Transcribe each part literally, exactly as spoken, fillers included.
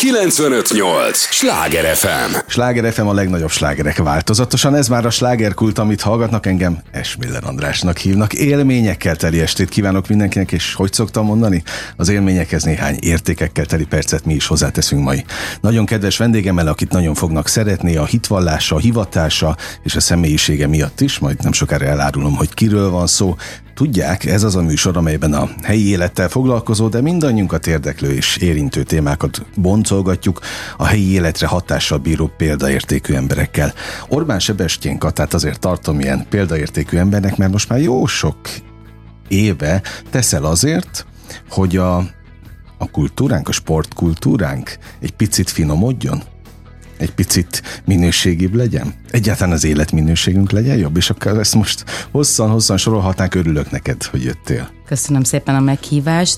kilencvenöt nyolc Sláger ef em. Sláger ef em, a legnagyobb slágerek változatosan. Ez már a slágerkult, amit hallgatnak. Engem Esmiller Andrásnak hívnak. Élményekkel teli estét kívánok mindenkinek, és hogy szoktam mondani? Az élményekhez néhány értékekkel teli percet mi is hozzáteszünk mai nagyon kedves vendégemmel, akit nagyon fognak szeretni a hitvallása, a hivatása és a személyisége miatt is. Majd nem sokára elárulom, hogy kiről van szó. Tudják, ez az a műsor, amelyben a helyi élettel foglalkozó, de mindannyiunkat érdeklő és érintő témákat boncolgatjuk a helyi életre hatással bíró példaértékű emberekkel. Orbán Sebestyén Katát azért tartom ilyen példaértékű embernek, mert most már jó sok éve teszel azért, hogy a, a kultúránk, a sportkultúránk egy picit finomodjon, egy picit minőségibb legyen, egyáltalán az életminőségünk legyen jobb, és akkor ezt most hosszan-hosszan sorolhatnánk. Örülök neked, hogy jöttél. Köszönöm szépen a meghívást.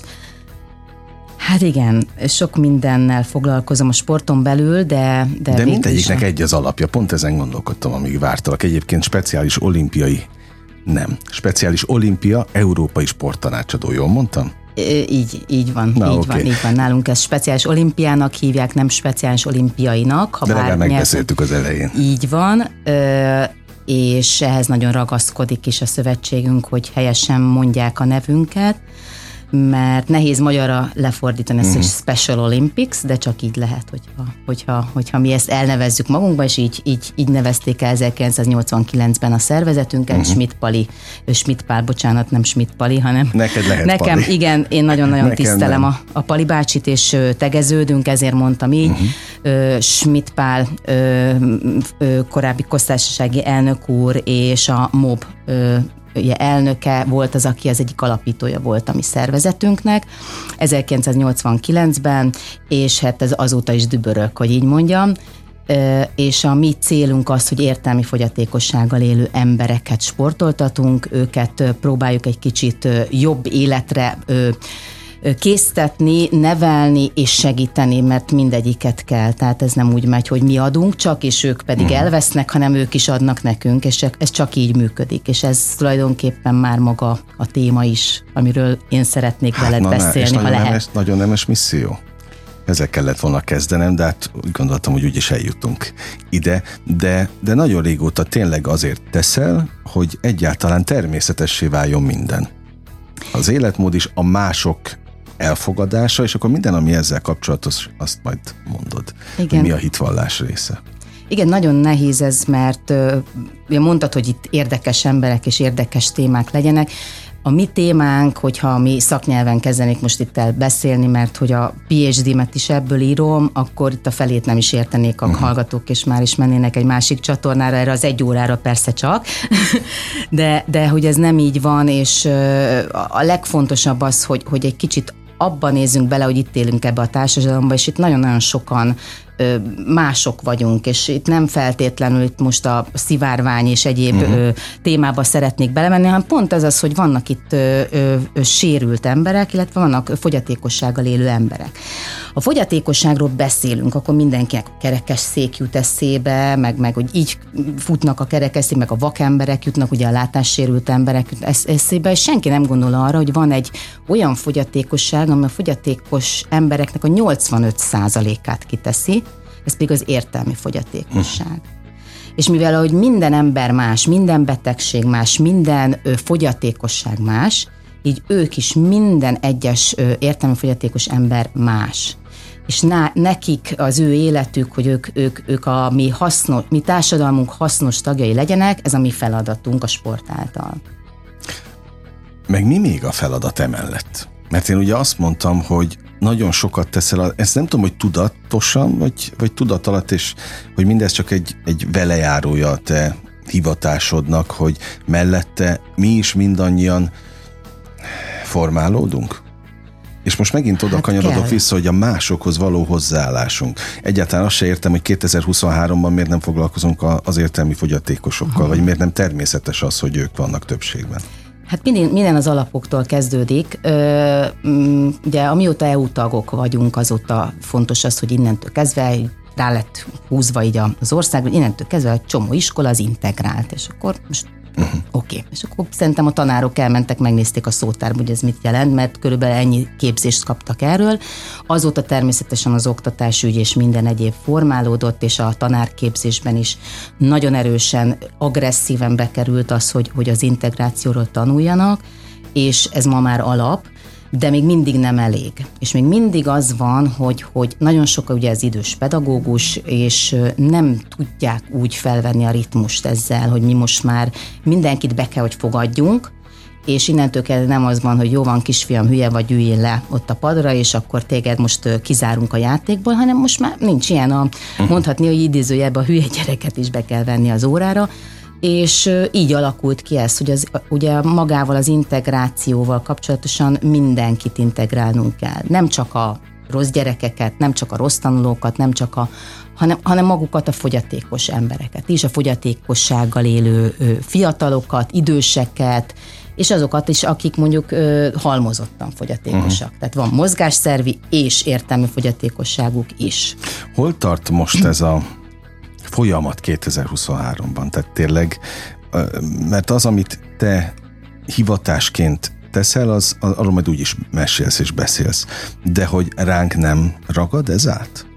Hát igen, sok mindennel foglalkozom a sporton belül, de... De, de mindegyiknek egy az alapja, pont ezen gondolkodtam, amíg vártalak. Egyébként speciális olimpiai, nem, speciális olimpia európai sporttanácsadó, jól mondtam? Így, így van, Na, így okay. van, így van. Nálunk ezt speciális olimpiának hívják, nem speciális olimpiainak. Ha de legalább bár megbeszéltük az elején. Így van, és ehhez nagyon ragaszkodik is a szövetségünk, hogy helyesen mondják a nevünket, mert nehéz magyarra lefordítani ezt, mm. hogy Special Olympics, de csak így lehet, hogyha, hogyha, hogyha mi ezt elnevezzük magunkba, és így, így, így nevezték el ezerkilencszáznyolcvankilencben a szervezetünket, mm-hmm. Schmidt Pali, Schmidt Pál, bocsánat, nem Schmidt Pali, hanem neked lehet nekem, Pali. Igen, én nagyon-nagyon Nekem tisztelem nem. a, a Pali bácsit, és tegeződünk, ezért mondtam így. Mm-hmm. Schmidt Pál, korábbi köztársasági elnök úr, és a MOB ugye elnöke volt az, aki az egyik alapítója volt a mi szervezetünknek ezerkilencszáznyolcvankilencben, és hát ez azóta is dübörög, hogy így mondjam, és a mi célunk az, hogy értelmi fogyatékossággal élő embereket sportoltatunk, őket próbáljuk egy kicsit jobb életre késztetni, nevelni és segíteni, mert mindegyiket kell. Tehát ez nem úgy megy, hogy mi adunk csak, és ők pedig uh-huh. elvesznek, hanem ők is adnak nekünk, és ez csak így működik. És ez tulajdonképpen már maga a téma is, amiről én szeretnék hát veled na, beszélni, ha nagyon lehet. Nemes, nagyon nemes misszió. Ezzel kellett volna kezdenem, de hát úgy gondoltam, hogy úgyis eljutunk ide, de, de nagyon régóta tényleg azért teszel, hogy egyáltalán természetessé váljon minden. Az életmód is, a mások elfogadása, és akkor minden, ami ezzel kapcsolatos, azt majd mondod. Igen. Mi a hitvallás része? Igen, nagyon nehéz ez, mert uh, mondtad, hogy itt érdekes emberek és érdekes témák legyenek. A mi témánk, hogyha mi szaknyelven kezdenék most itt el beszélni, mert hogy a pé há dé-met is ebből írom, akkor itt a felét nem is értenék a uh-huh. hallgatók, és már is mennének egy másik csatornára, erre az egy órára persze csak, de, de hogy ez nem így van, és a legfontosabb az, hogy, hogy egy kicsit abban nézzünk bele, hogy itt élünk ebbe a társadalomba, és itt nagyon-nagyon sokan mások vagyunk, és itt nem feltétlenül itt most a szivárvány és egyéb uh-huh. témába szeretnék belemenni, hanem pont ez az, hogy vannak itt ö, ö, ö, sérült emberek, illetve vannak fogyatékossággal élő emberek. Ha fogyatékosságról beszélünk, akkor mindenkinek a kerekes szék jut eszébe, meg, meg hogy így futnak a kerekesszék, meg a vakemberek jutnak, ugye a látássérült emberek eszébe, és senki nem gondol arra, hogy van egy olyan fogyatékosság, ami a fogyatékos embereknek a nyolcvanöt százalékát kiteszi, ez pedig az értelmi fogyatékosság. Hm. És mivel ahogy minden ember más, minden betegség más, minden ö, fogyatékosság más, így ők is minden egyes ö, értelmi fogyatékos ember más. És ná, nekik az ő életük, hogy ők, ők, ők a mi, hasznos, mi társadalmunk hasznos tagjai legyenek, ez a mi feladatunk a sport által. Meg mi még a feladat emellett? Mert én ugye azt mondtam, hogy nagyon sokat teszel, ezt nem tudom, hogy tudatosan, vagy, vagy tudat alatt, és hogy mindez csak egy, egy velejárója a te hivatásodnak, hogy mellette mi is mindannyian formálódunk? És most megint oda hát kanyarodok kell. vissza, hogy a másokhoz való hozzáállásunk. Egyáltalán azt se értem, hogy kétezer-huszonháromban miért nem foglalkozunk az értelmi fogyatékosokkal, Aha. vagy miért nem természetes az, hogy ők vannak többségben. Hát minden, minden az alapoktól kezdődik. Ö, ugye amióta é u tagok vagyunk, azóta fontos az, hogy innentől kezdve rá lett húzva így az ország, hogy innentől kezdve egy csomó iskola az integrált, és akkor most Uh-huh. Oké, okay. És akkor szerintem a tanárok elmentek, megnézték a szótárba, hogy ez mit jelent, mert körülbelül ennyi képzést kaptak erről. Azóta természetesen az oktatásügy és minden egyéb formálódott, és a tanárképzésben is nagyon erősen, agresszíven bekerült az, hogy, hogy az integrációról tanuljanak, és ez ma már alap, de még mindig nem elég. És még mindig az van, hogy, hogy nagyon sok ugye az idős pedagógus, és nem tudják úgy felvenni a ritmust ezzel, hogy mi most már mindenkit be kell, hogy fogadjunk, és innentől kezdve nem az van, hogy jó van, kisfiam, hülye vagy, üljél le ott a padra, és akkor téged most kizárunk a játékból, hanem most már nincs ilyen a, mondhatni, hogy idézőjelben a hülye gyereket is be kell venni az órára, és így alakult ki ez, hogy az, ugye magával az integrációval kapcsolatosan mindenkit integrálnunk kell. Nem csak a rossz gyerekeket, nem csak a rossz tanulókat, nem csak a, hanem, hanem magukat a fogyatékos embereket is, a fogyatékossággal élő fiatalokat, időseket, és azokat is, akik mondjuk ö, halmozottan fogyatékosak. Uh-huh. Tehát van mozgásszervi és értelmi fogyatékosságuk is. Hol tart most ez a folyamat kétezer-huszonháromban? Tehát tényleg, mert az, amit te hivatásként teszel, az, arról majd úgy is mesélsz és beszélsz. De hogy ránk nem ragad ez át?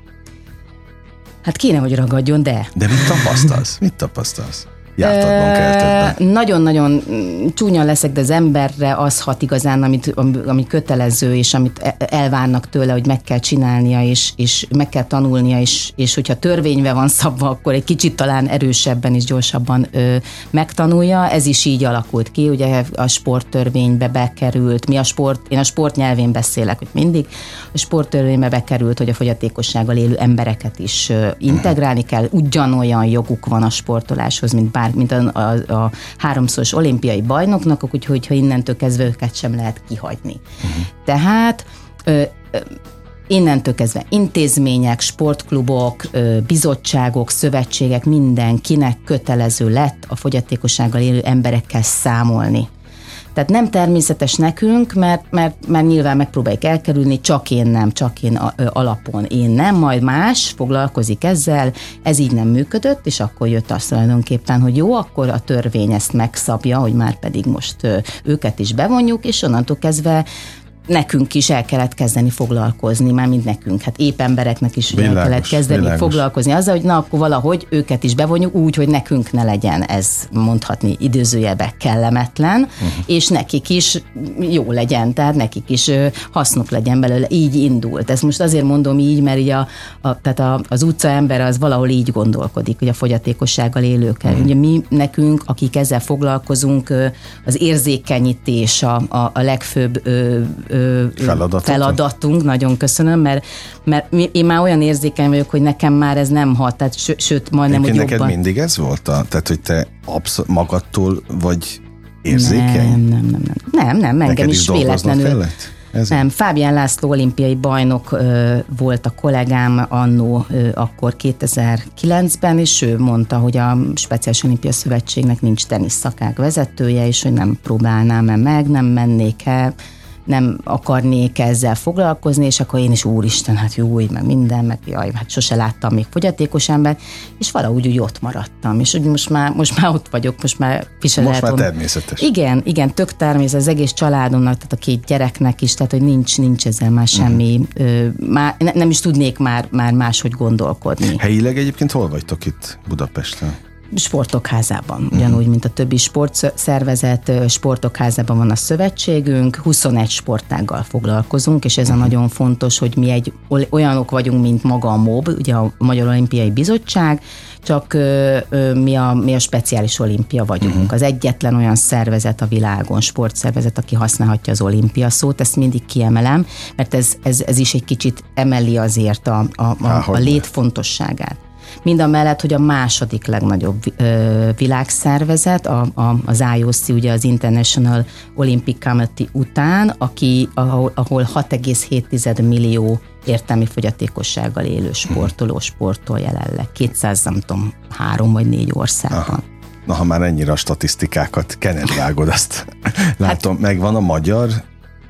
Hát kéne, hogy ragadjon, de... De mit tapasztalsz? Mit tapasztalsz? Jártatban, keltetben. Nagyon-nagyon csúnyan leszek, de az emberre az hat igazán, amit, ami kötelező, és amit elvárnak tőle, hogy meg kell csinálnia, és, és meg kell tanulnia, és, és hogyha törvénybe van szabva, akkor egy kicsit talán erősebben és gyorsabban ö, megtanulja. Ez is így alakult ki, ugye a sporttörvénybe bekerült, mi a sport, én a sport nyelvén beszélek, hogy mindig, a sporttörvénybe bekerült, hogy a fogyatékossággal élő embereket is ö, integrálni kell, ugyanolyan joguk van a sportoláshoz, mint bár mint a, a, a háromszoros olimpiai bajnoknak, úgyhogy ha innentől kezdve őket sem lehet kihagyni. Uh-huh. Tehát ö, ö, innentől kezdve intézmények, sportklubok, ö, bizottságok, szövetségek, mindenkinek kötelező lett a fogyatékossággal élő emberekkel számolni. Tehát nem természetes nekünk, mert, mert, mert nyilván megpróbáljuk elkerülni, csak én nem, csak én alapon én nem, majd más foglalkozik ezzel, ez így nem működött, és akkor jött azt tulajdonképpen, hogy jó, akkor a törvény ezt megszabja, hogy már pedig most őket is bevonjuk, és onnantól kezdve nekünk is el kellett kezdeni foglalkozni, már mint nekünk, hát épp embereknek is világos, el kellett kezdeni világos. foglalkozni azzal, hogy na, akkor valahogy őket is bevonjuk úgy, hogy nekünk ne legyen ez, mondhatni idézőjelben kellemetlen, uh-huh. és nekik is jó legyen, tehát nekik is hasznuk legyen belőle, így indult. Ezt most azért mondom így, mert így a, a, tehát a, az utcaember az valahol így gondolkodik, hogy a fogyatékossággal élőkkel. Uh-huh. Ugye mi nekünk, akik ezzel foglalkozunk, az érzékenyítés a, a, a legfőbb ö, Feladatot. feladatunk, nagyon köszönöm, mert, mert én már olyan érzékeny vagyok, hogy nekem már ez nem hat, tehát ső, sőt, majdnem, hogy jobban. Neked mindig ez volt? A, tehát, hogy te abszol- magadtól vagy érzékeny? Nem, nem, nem. Nem, nem, nem engem neked is, is véletlenül. Nem, Fábián László olimpiai bajnok ö, volt a kollégám annó, ö, akkor kétezer-kilencben, és ő mondta, hogy a Speciális Olimpia Szövetségnek nincs teniszszakák vezetője, és hogy nem próbálnám-e meg, nem mennék el, nem akarnék ezzel foglalkozni, és akkor én is úristen, hát jó, meg minden, meg jaj, hát sose láttam még fogyatékos ember, és valahogy úgy ott maradtam, és úgy most már, most már ott vagyok, most már Most már tudom. Természetes. Igen, igen, tök természetes, az egész családomnak, tehát a két gyereknek is, tehát hogy nincs, nincs ezzel már semmi, uh-huh. ö, már, ne, nem is tudnék már, már máshogy gondolkodni. Helyileg egyébként hol vagytok itt Budapesten? Sportok házában, ugyanúgy, mint a többi sportszervezet, Sportok házában van a szövetségünk, huszonegy sportággal foglalkozunk, és ez a nagyon fontos, hogy mi egy olyanok vagyunk, mint maga a MOB, ugye a Magyar Olimpiai Bizottság, csak ö, ö, mi, a, mi a speciális olimpia vagyunk. Uh-huh. Az egyetlen olyan szervezet a világon, sportszervezet, aki használhatja az olimpia szót, ezt mindig kiemelem, mert ez, ez, ez is egy kicsit emeli azért a, a, a, a létfontosságát. Mindamellett, hogy a második legnagyobb ö, világszervezet, a, a, az I O C, ugye az International Olympic Committee után, aki, ahol, ahol hat egész hét millió értelmi fogyatékossággal élő sportoló sportol jelenleg. kétszáz, nem tudom, három vagy négy országban. Aha. Na, ha már ennyire a statisztikákat kened vágod, azt látom, hát, megvan a magyar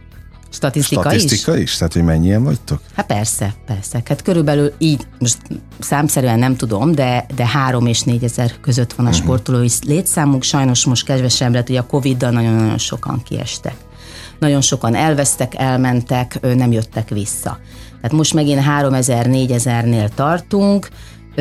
Statisztika, Statisztika is? is? Tehát, hogy mennyien vagytok? Hát persze, persze. Hát körülbelül így, most számszerűen nem tudom, de, de három és négyezer között van a uh-huh. sportolói létszámuk. Sajnos most kevesebb lett, hogy a Coviddal nagyon-nagyon sokan kiestek. Nagyon sokan elvesztek, elmentek, nem jöttek vissza. Tehát most megint háromezer-négyezernél tartunk,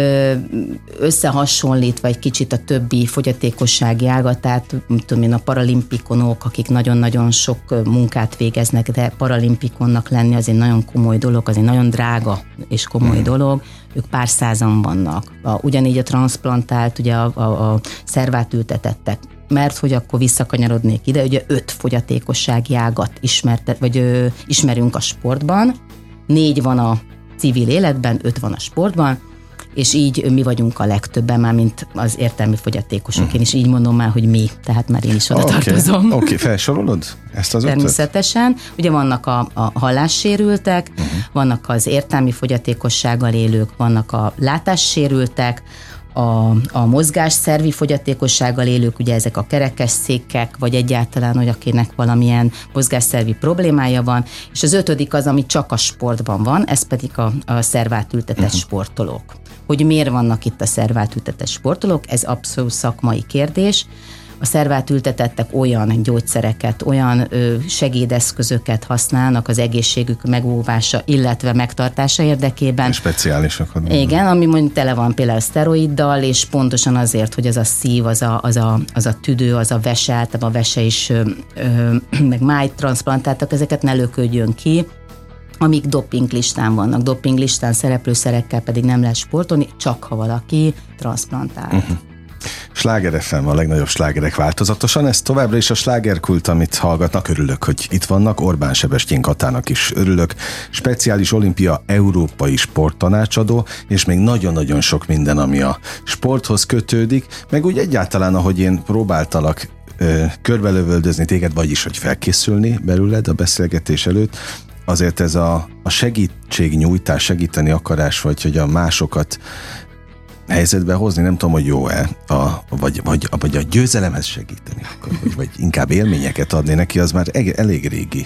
összehasonlítva egy kicsit a többi fogyatékossági ágat, tehát tudom én, a paralimpikonok, akik nagyon-nagyon sok munkát végeznek, de paralimpikonnak lenni az egy nagyon komoly dolog, az egy nagyon drága és komoly dolog, ők pár százan vannak. A, ugyanígy a transzplantált, ugye a, a, a szervát ültetettek, mert hogy akkor visszakanyarodnék ide, ugye öt fogyatékossági ágat ismerte, vagy ö, ismerünk a sportban, négy van a civil életben, öt van a sportban, és így mi vagyunk a legtöbben, már mint az értelmi fogyatékosok. Én is így mondom már, hogy mi, tehát már én is oda okay. tartozom. Oké, okay. Felsorolod ezt az ötöt? Természetesen. Ugye vannak a, a hallássérültek, uh-huh. vannak az értelmi fogyatékossággal élők, vannak a látássérültek, a, a mozgásszervi fogyatékossággal élők, ugye ezek a kerekesszékek, vagy egyáltalán, hogy akinek valamilyen mozgásszervi problémája van, és az ötödik az, ami csak a sportban van, ez pedig a, a szervátültetett uh-huh. sportolók. Hogy miért vannak itt a szervátültetett sportolók, ez abszolút szakmai kérdés. A szervátültetettek olyan gyógyszereket, olyan ö, segédeszközöket használnak az egészségük megóvása, illetve megtartása érdekében. Speciálisokat. Igen, ami mondjuk tele van például szteroiddal, és pontosan azért, hogy az a szív, az a, az a, az a tüdő, az a vese, általában a vese is, ö, ö, meg májtranszplantáltak, ezeket ne löködjön ki, amik dopinglistán vannak. Dopinglistán szereplő szerekkel pedig nem lehet sportolni, csak ha valaki transzplantál. Uh-huh. Sláger ef em, a legnagyobb slágerek változatosan, ez továbbra is a slágerkult, amit hallgatnak, örülök, hogy itt vannak, Orbán Sebestyén Katának is örülök, speciális olimpia európai sporttanácsadó, és még nagyon-nagyon sok minden, ami a sporthoz kötődik, meg úgy egyáltalán, ahogy én próbáltalak ö, körbelövöldözni téged, vagyis, hogy felkészülni belőled a beszélgetés előtt, azért ez a, a segítségnyújtás, segíteni akarás, vagy hogy a másokat helyzetbe hozni, nem tudom, hogy jó-e, a, vagy, vagy, vagy a győzelemhez segíteni, vagy, vagy inkább élményeket adni neki, az már elég régi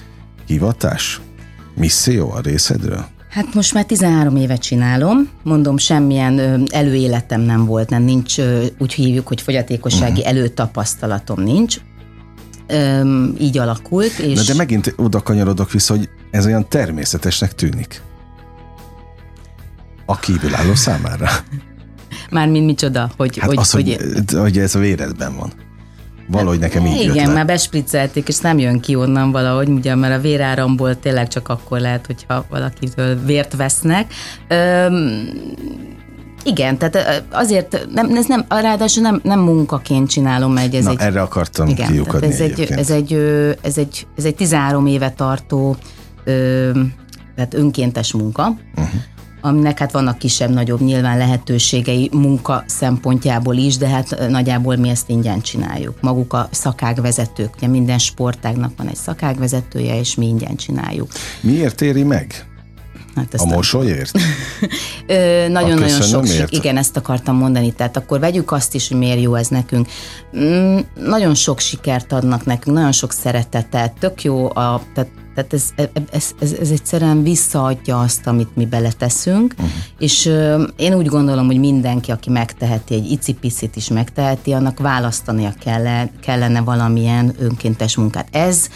hivatás, misszió a részedről? Hát most már tizenhárom évet csinálom, mondom, semmilyen előéletem nem volt, nem nincs, úgy hívjuk, hogy fogyatékossági uh-huh. előtapasztalatom nincs. Üm, így alakult. És... Na de megint oda kanyarodok vissza, hogy ez olyan természetesnek tűnik. A kívülálló számára. Mármint micsoda? Hogy, hát hogy, az, hogy, hogy, hogy ez a véredben van. Valahogy nekem így igen, jött le. már bespriccelték, és nem jön ki onnan valahogy, ugye, mert a véráramból tényleg csak akkor lehet, hogyha valakitől vért vesznek. Üm, igen, tehát azért nem, ez nem, ráadásul nem, nem munkaként csinálom, mert ez Na, egy... erre akartam igen, kiukadni ez egy, ez, egy, ez, egy, ez egy tizenhárom éve tartó ö, tehát önkéntes munka, uh-huh. aminek hát vannak kisebb-nagyobb nyilván lehetőségei munka szempontjából is, de hát nagyjából mi ezt ingyen csináljuk. Maguk a szakágvezetők, ugye minden sportágnak van egy szakágvezetője, és mi ingyen csináljuk. Miért éri meg? Hát a mosolyért? Nagyon-nagyon sok, igen, ezt akartam mondani, tehát akkor vegyük azt is, hogy miért jó ez nekünk. Mm, nagyon sok sikert adnak nekünk, nagyon sok szeretetet, tök jó, a, tehát, tehát ez, ez, ez, ez egyszerűen visszaadja azt, amit mi beleteszünk, uh-huh. és uh, én úgy gondolom, hogy mindenki, aki megteheti, egy icipicit is megteheti, annak választania kellene, kellene valamilyen önkéntes munkát. Ez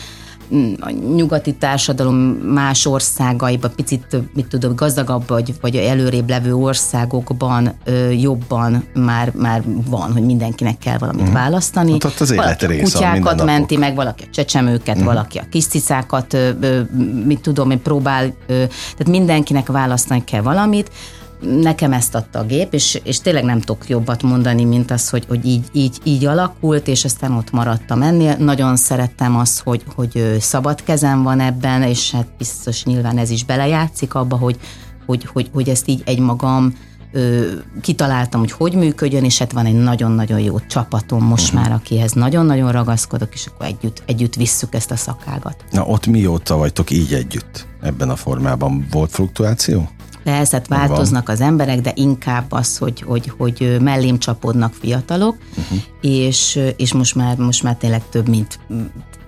a nyugati társadalom más országaiban, picit, mit tudom, gazdagabb vagy, vagy előrébb levő országokban ö, jobban már, már van, hogy mindenkinek kell valamit uh-huh. választani. Hát ott az valaki a kutyákat menti meg, valaki a csecsemőket, uh-huh. valaki a kis cicákat, ö, ö, mit tudom, én próbál, ö, tehát mindenkinek választani kell valamit. Nekem ezt adta a gép, és, és tényleg nem tudok jobbat mondani, mint az, hogy, hogy így, így, így alakult, és aztán ott maradtam ennél. Nagyon szerettem azt, hogy, hogy szabad kezem van ebben, és hát biztos nyilván ez is belejátszik abba, hogy, hogy, hogy, hogy ezt így egymagam ö, kitaláltam, hogy hogy működjön, és hát van egy nagyon-nagyon jó csapatom most uh-huh. már, akihez nagyon-nagyon ragaszkodok, és akkor együtt, együtt visszük ezt a szakágat. Na ott mióta vagytok így együtt? Ebben a formában volt fluktuáció? Persze, hát változnak az emberek, de inkább az, hogy, hogy, hogy mellém csapódnak fiatalok, uh-huh. és, és most, már, most már tényleg több mint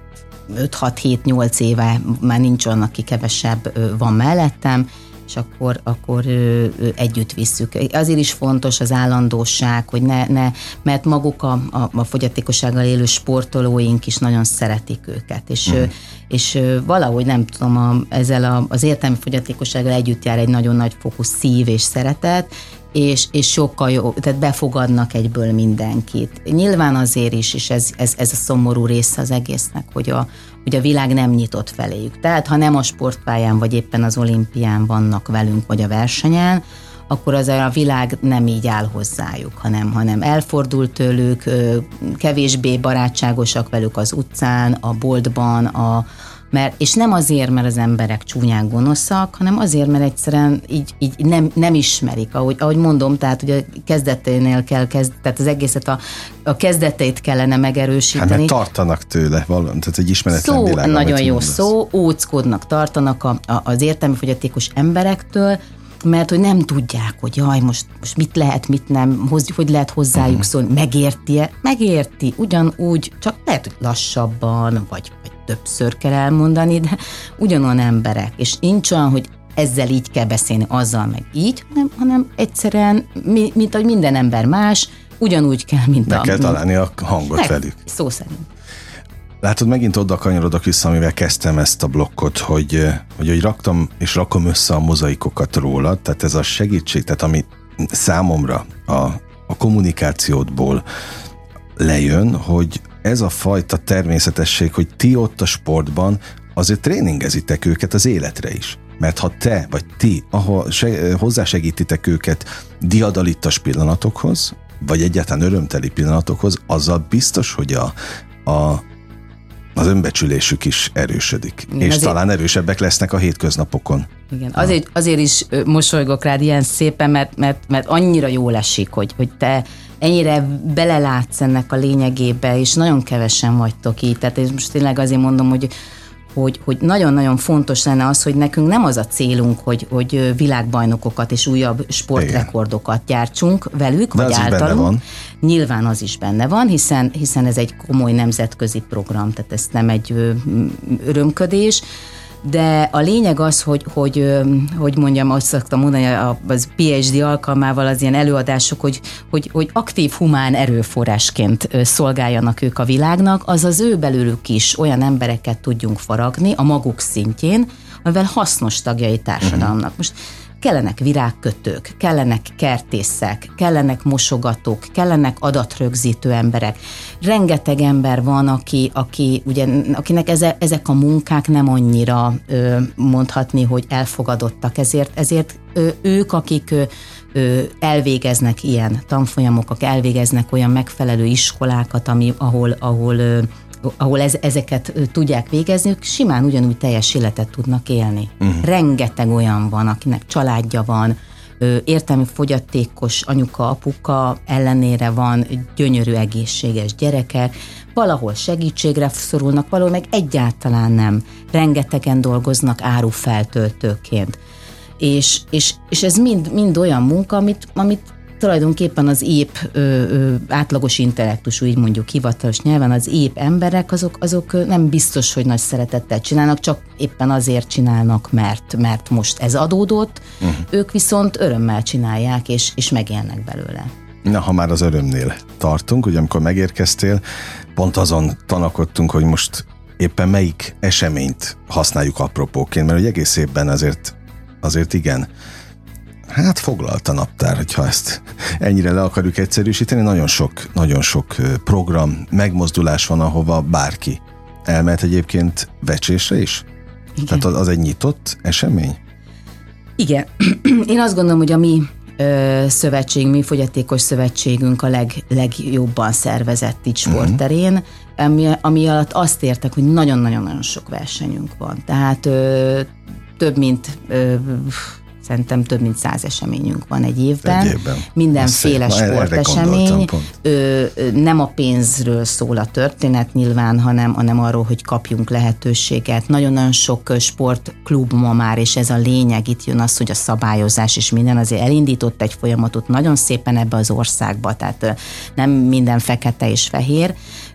öt-hat-hét-nyolc éve már nincs olyan, aki kevesebb van mellettem, és akkor, akkor ö, ö, együtt visszük. Azért is fontos az állandóság, hogy ne, ne mert maguk a, a, a fogyatékossággal élő sportolóink is nagyon szeretik őket, és, mm. ö, és ö, valahogy nem tudom, a, ezzel a, az értelmi fogyatékossággal együtt jár egy nagyon nagy fokú szív és szeretet, és, és sokkal jó, tehát befogadnak egyből mindenkit. Nyilván azért is, és ez, ez, ez a szomorú része az egésznek, hogy a, hogy a világ nem nyitott feléjük. Tehát ha nem a sportpályán, vagy éppen az olimpián vannak velünk, vagy a versenyen, akkor az a világ nem így áll hozzájuk, hanem, hanem elfordult tőlük, kevésbé barátságosak velük az utcán, a boltban, a Mert, és nem azért, mert az emberek csúnyán gonoszak, hanem azért, mert egyszerűen így, így nem, nem ismerik. Ahogy, ahogy mondom, tehát hogy a kezdeténél kell kezd, tehát az egészet a, a kezdeteit kellene megerősíteni. Hát mert tartanak tőle, valami, tehát egy ismeretlen szó, világ. Nagyon jó mondasz. szó, óckodnak, tartanak a, a, az értelmi fogyatékos emberektől, mert hogy nem tudják, hogy jaj, most, most mit lehet, mit nem, hoz, hogy lehet hozzájuk uh-huh. szólni, megérti-e? Megérti, ugyanúgy, csak lehet, hogy lassabban, vagy, vagy többször kell elmondani, de ugyanolyan emberek, és nincs olyan, hogy ezzel így kell beszélni, azzal meg így, hanem, hanem egyszerűen, mint ahogy minden ember más, ugyanúgy kell, mint meg a... Meg kell találni a hangot meg, velük. Szó szerint. Látod, megint oda kanyarodok vissza, amivel kezdtem ezt a blokkot, hogy, hogy, hogy raktam és rakom össze a mozaikokat róla, tehát ez a segítség, tehát ami számomra a, a kommunikációdból lejön, hogy ez a fajta természetesség, hogy ti ott a sportban azért tréningezitek őket az életre is. Mert ha te vagy ti ahol se, hozzásegítitek őket diadalittas pillanatokhoz, vagy egyáltalán örömteli pillanatokhoz, azzal biztos, hogy a, a az önbecsülésük is erősödik. Igen, és azért, talán erősebbek lesznek a hétköznapokon. Igen, azért, azért is mosolygok rád ilyen szépen, mert, mert, mert annyira jól esik, hogy, hogy te ennyire belelátsz ennek a lényegébe, és nagyon kevesen vagytok így. Tehát én most tényleg azért mondom, hogy Hogy, hogy nagyon-nagyon fontos lenne az, hogy nekünk nem az a célunk, hogy, hogy világbajnokokat és újabb sportrekordokat igen. gyártsunk velük, de vagy az általunk. Van. Nyilván az is benne van, hiszen, hiszen ez egy komoly nemzetközi program, tehát ez nem egy örömködés, de a lényeg az, hogy, hogy, hogy mondjam, azt szoktam mondani, az pé há dé alkalmával az ilyen előadások, hogy, hogy, hogy aktív humán erőforrásként szolgáljanak ők a világnak, az az ő belőlük is olyan embereket tudjunk faragni a maguk szintjén, amivel hasznos tagjai társadalomnak. Most kellenek virágkötők, kellenek kertészek, kellenek mosogatók, kellenek adatrögzítő emberek. Rengeteg ember van, aki, aki ugye, akinek eze, ezek a munkák nem annyira ö, mondhatni, hogy elfogadottak. Ezért, ezért ö, ők, akik ö, ö, elvégeznek ilyen tanfolyamok, elvégeznek olyan megfelelő iskolákat, ami, ahol, ahol ö, ahol ez, ezeket tudják végezni, ők simán ugyanúgy teljes életet tudnak élni. Uh-huh. Rengeteg olyan van, akinek családja van, értelmi fogyatékos anyuka, apuka ellenére van gyönyörű egészséges gyerekek, valahol segítségre szorulnak, valahol meg egyáltalán nem. Rengetegen dolgoznak árufeltöltőként. És, és, és ez mind, mind olyan munka, amit, amit tulajdonképpen az épp ö, ö, átlagos intellektusú, így mondjuk hivatalos nyelven, az épp emberek, azok, azok nem biztos, hogy nagy szeretettel csinálnak, csak éppen azért csinálnak, mert, mert most ez adódott, uh-huh. ők viszont örömmel csinálják, és, és megélnek belőle. Na, ha már az örömnél tartunk, ugye amikor megérkeztél, pont azon tanakodtunk, hogy most éppen melyik eseményt használjuk apropóként, mert hogy egész évben azért, azért igen, hát foglalt a naptár, hogyha ezt ennyire le akarjuk egyszerűsíteni. Nagyon sok, nagyon sok program, megmozdulás van, ahova bárki elmehet egyébként vecsésre is. Igen. Tehát az, az egy nyitott esemény? Igen. Én azt gondolom, hogy a mi ö, szövetség, mi fogyatékos szövetségünk a leg, legjobban szervezett így sportterén, ami, ami alatt azt értek, hogy nagyon-nagyon-nagyon sok versenyünk van. Tehát ö, több mint... Ö, Szerintem több mint száz eseményünk van egy évben. Egy évben. Mindenféle sportesemény. Ö, nem a pénzről szól a történet nyilván, hanem, hanem arról, hogy kapjunk lehetőséget. Nagyon-nagyon sok sportklub ma már, és ez a lényeg, itt jön az, hogy a szabályozás és minden azért elindított egy folyamatot nagyon szépen ebbe az országba, tehát nem minden fekete és fehér.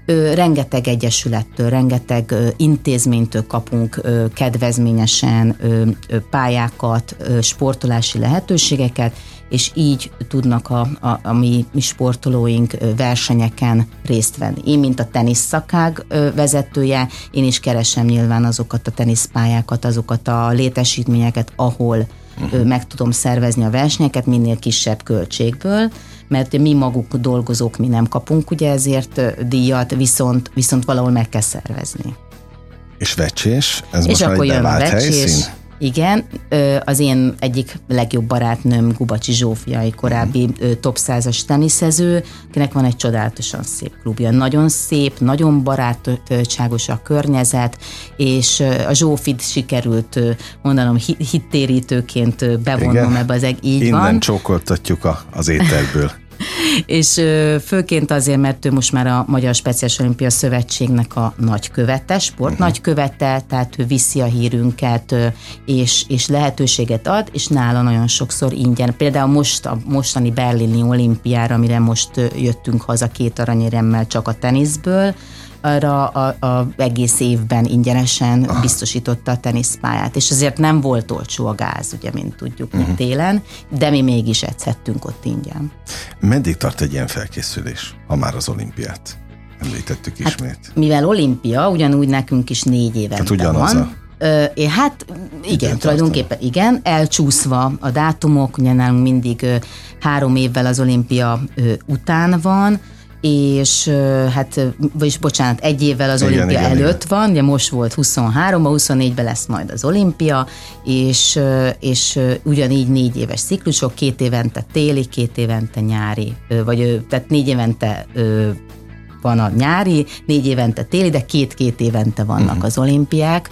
Ö, rengeteg egyesülettől, rengeteg ö, intézménytől kapunk ö, kedvezményesen ö, ö, pályákat, ö, sportolási lehetőségeket, és így tudnak a, a, a mi, mi sportolóink versenyeken részt venni. Én, mint a teniszakág vezetője, én is keresem nyilván azokat a teniszpályákat, azokat a létesítményeket, ahol uh-huh. meg tudom szervezni a versenyeket minél kisebb költségből, mert mi maguk dolgozók, mi nem kapunk ugye ezért díjat, viszont, viszont valahol meg kell szervezni. És vecsés? Ez és most már egy bevált helyszín? Igen, az én egyik legjobb barátnőm Gubacsi Zsófia, egy korábbi uh-huh. top százas teniszező, akinek van egy csodálatosan szép klubja. Nagyon szép, nagyon barátságos a környezet, és a Zsófit sikerült mondanom hittérítőként bevonnom igen. ebbe az eg- így Innen van. csókoltatjuk a, az éterből. És főként azért, mert ő most már a Magyar Speciális Olimpia Szövetségnek a nagykövete, sport uh-huh. nagykövete, tehát ő viszi a hírünket, és, és lehetőséget ad, és nála nagyon sokszor ingyen. Például most a mostani berlini olimpiára, amire most jöttünk haza két aranyéremmel csak a teniszből, arra a, a egész évben ingyenesen ah. biztosította a teniszpályát, és azért nem volt olcsó a gáz, ugye, mint tudjuk, uh-huh. mint télen, de mi mégis edzhettünk ott ingyen. Meddig tart egy ilyen felkészülés, ha már az olimpiát említettük hát, ismét? Mivel olimpia, ugyanúgy nekünk is négy évente hát van. A... Ö, hát igen, igen tulajdonképpen igen, elcsúszva a dátumok, ugye nálunk mindig ö, három évvel az olimpia ö, után van, és hát, vagyis bocsánat, egy évvel az igen, olimpia igen, előtt igen. van, ugye most volt huszonhárom, a huszonnégyben lesz majd az olimpia, és, és ugyanígy négy éves ciklusok, két évente téli, két évente nyári, vagy tehát négy évente van a nyári, négy évente téli, de két-két évente vannak uh-huh. az olimpiák,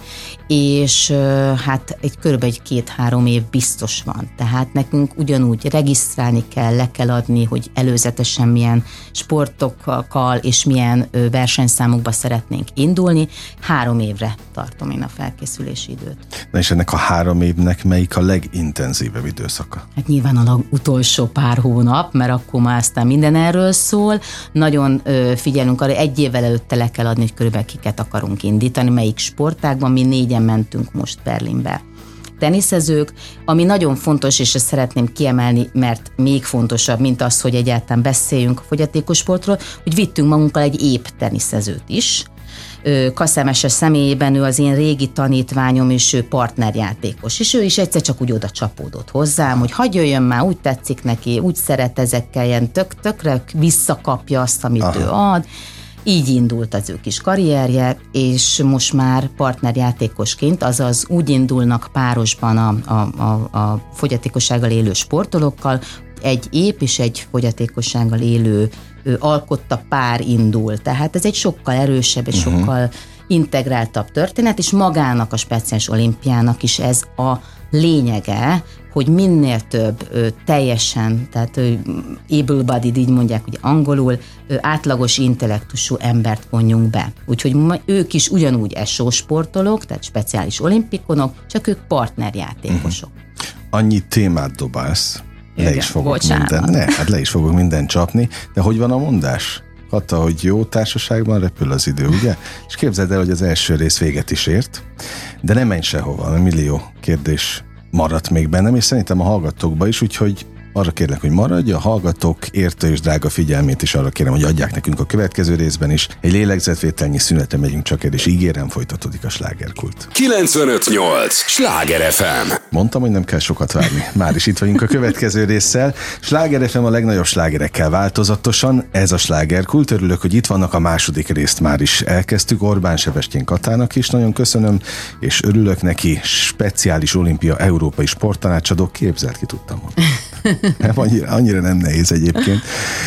és hát egy körülbelül egy két-három év biztos van. Tehát nekünk ugyanúgy regisztrálni kell, le kell adni, hogy előzetesen milyen sportokkal és milyen versenyszámokba szeretnénk indulni. Három évre tartom én a felkészülési időt. Na és ennek a három évnek melyik a legintenzívebb időszaka? Hát nyilván a utolsó pár hónap, mert akkor már aztán minden erről szól. Nagyon figyelünk arra, egy évvel előtte le kell adni, hogy körülbelül kiket akarunk indítani, melyik sportágban. Mi négyen mentünk most Berlinbe. Teniszezők, ami nagyon fontos, és ezt szeretném kiemelni, mert még fontosabb, mint az, hogy egyáltalán beszéljünk a fogyatékos sportról, hogy vittünk magunkkal egy épp teniszezőt is. Kaszemese személyében ő az én régi tanítványom, és ő partnerjátékos. És ő is egyszer csak úgy oda csapódott hozzám, hogy hagyj jöjjön már, úgy tetszik neki, úgy szeret ezekkel, ilyen tök-tökre visszakapja azt, amit Aha. ő ad. Így indult az ő kis karrierje, és most már partnerjátékosként, azaz úgy indulnak párosban a, a, a, a fogyatékossággal élő sportolókkal, egy épp és egy fogyatékossággal élő ő alkotta pár indul. Tehát ez egy sokkal erősebb és uh-huh. sokkal integráltabb történet, és magának a speciális olimpiának is ez a lényege, hogy minél több ö, teljesen, tehát ö, able-bodied, így mondják ugye angolul, ö, átlagos intellektusú embert vonjunk be. Úgyhogy ma, ők is ugyanúgy es o sportolók, tehát speciális olimpikonok, csak ők partnerjátékosok. Uh-huh. Annyi témát dobálsz, le Igen, is fogok bocsánat. minden, ne, hát le is fogok minden csapni, de hogy van a mondás? Hatta, hogy jó társaságban repül az idő, ugye? És képzeld el, hogy az első rész véget is ért, de nem menj sehova, millió kérdés maradt még bennem, és szerintem a hallgatókba is, úgyhogy arra kérlek, hogy maradj, a hallgatók értő és drága figyelmét is arra kérem, hogy adják nekünk a következő részben is. Egy lélegzetvételnyi szünetre megyünk csak el, és ígérem, folytatódik a slágerkult. kilencvenöt nyolc Sláger ef em. Mondtam, hogy nem kell sokat várni. Már is itt vagyunk a következő résszel. Sláger ef em a legnagyobb slágerekkel változatosan. Ez a slágerkult. Örülök, hogy itt vannak, a második részt már is elkezdtük. Orbán Sebestyén Katának is nagyon köszönöm, és örülök neki. Speciális olimpia európai sporttanácsadó. Képzeld, ki tudtam mondani. Nem, annyira, annyira nem nehéz egyébként,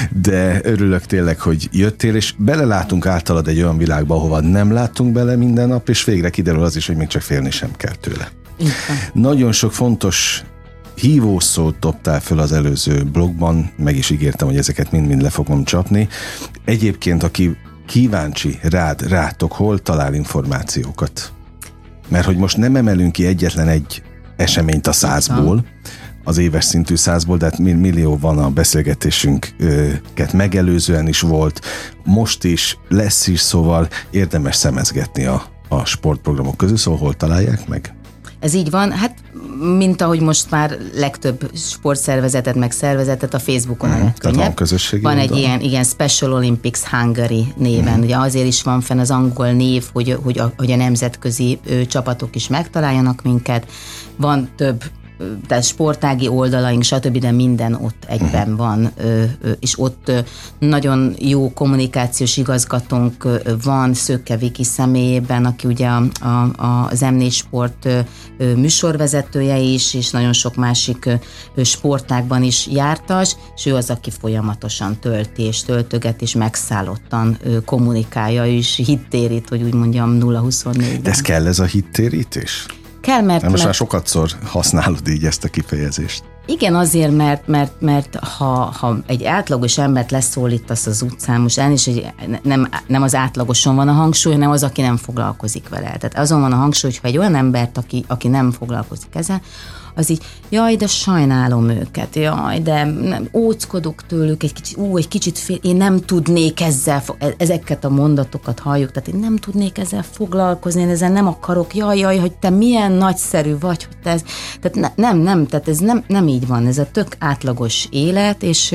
de örülök tényleg, hogy jöttél, és belelátunk általad egy olyan világba, ahova nem látunk bele minden nap, és végre kiderül az is, hogy még csak félni sem kell tőle. Igen. Nagyon sok fontos hívószót dobtál föl az előző blogban, meg is ígértem, hogy ezeket mind-mind le fogom csapni. Egyébként, aki kíváncsi rád, rátok, hol talál információkat? Mert hogy most nem emelünk ki egyetlen egy eseményt a százból, az éves szintű százból, de hát millió van a beszélgetésünket megelőzően is volt, most is, lesz is, szóval érdemes szemezgetni a, a sportprogramok közül, szóval hol találják meg? Ez így van, hát mint ahogy most már legtöbb sportszervezetet, meg szervezetet a Facebookon hmm, a legkönnyebb. Van közösségi Van oldal? egy ilyen, igen, Special Olympics Hungary néven, hmm. ugye azért is van fenn az angol név, hogy, hogy, a, hogy a nemzetközi ö, csapatok is megtaláljanak minket. Van több tehát sportági oldalaink, stb., de minden ott egyben uh-huh. van, és ott nagyon jó kommunikációs igazgatónk van, Szökke Viki személyében, aki ugye a, a, az em négy Sport műsorvezetője is, és nagyon sok másik sportágban is jártas, és ő az, aki folyamatosan tölti és töltöget, és megszállottan kommunikálja, és hittérít, hogy úgy mondjam, nulla huszonnégy. De ez kell, ez a hittérítés? Kell, mert... Nem, most mert... már sokatszor használod így ezt a kifejezést. Igen, azért, mert, mert, mert ha, ha egy átlagos embert leszólítasz az utcán, most el is, hogy nem, nem az átlagoson van a hangsúly, hanem az, aki nem foglalkozik vele. Tehát azon van a hangsúly, hogyha egy olyan embert, aki, aki nem foglalkozik ezzel, az így, jaj, de sajnálom őket, jaj, de nem, óckodok tőlük, egy kicsit, ú, egy kicsit fél, én nem tudnék ezzel, ezeket a mondatokat halljuk, tehát én nem tudnék ezzel foglalkozni, én ezzel nem akarok, jaj, jaj, hogy te milyen nagyszerű vagy, hogy te ez, tehát ne, nem, nem, tehát ez nem, nem így van, ez a tök átlagos élet, és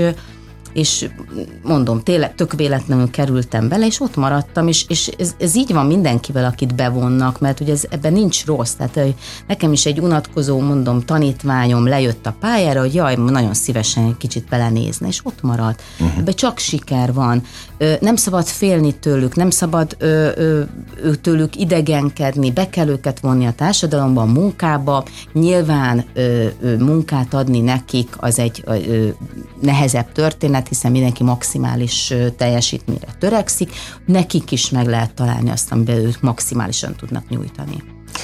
és mondom, tényleg tök véletlenül kerültem bele, és ott maradtam, és, és ez, ez így van mindenkivel, akit bevonnak, mert ugye ez, ebben nincs rossz, tehát nekem is egy unatkozó, mondom, tanítványom lejött a pályára, hogy jaj, nagyon szívesen egy kicsit belenézni, és ott maradt. Uh-huh. Ebben csak siker van. Nem szabad félni tőlük, nem szabad ö, ö, ö, tőlük idegenkedni, be kell őket vonni a társadalomba, a munkába, nyilván ö, ö, munkát adni nekik az egy ö, nehezebb történet, hiszen mindenki maximális teljesítményre törekszik, nekik is meg lehet találni azt, amiben ők maximálisan tudnak nyújtani.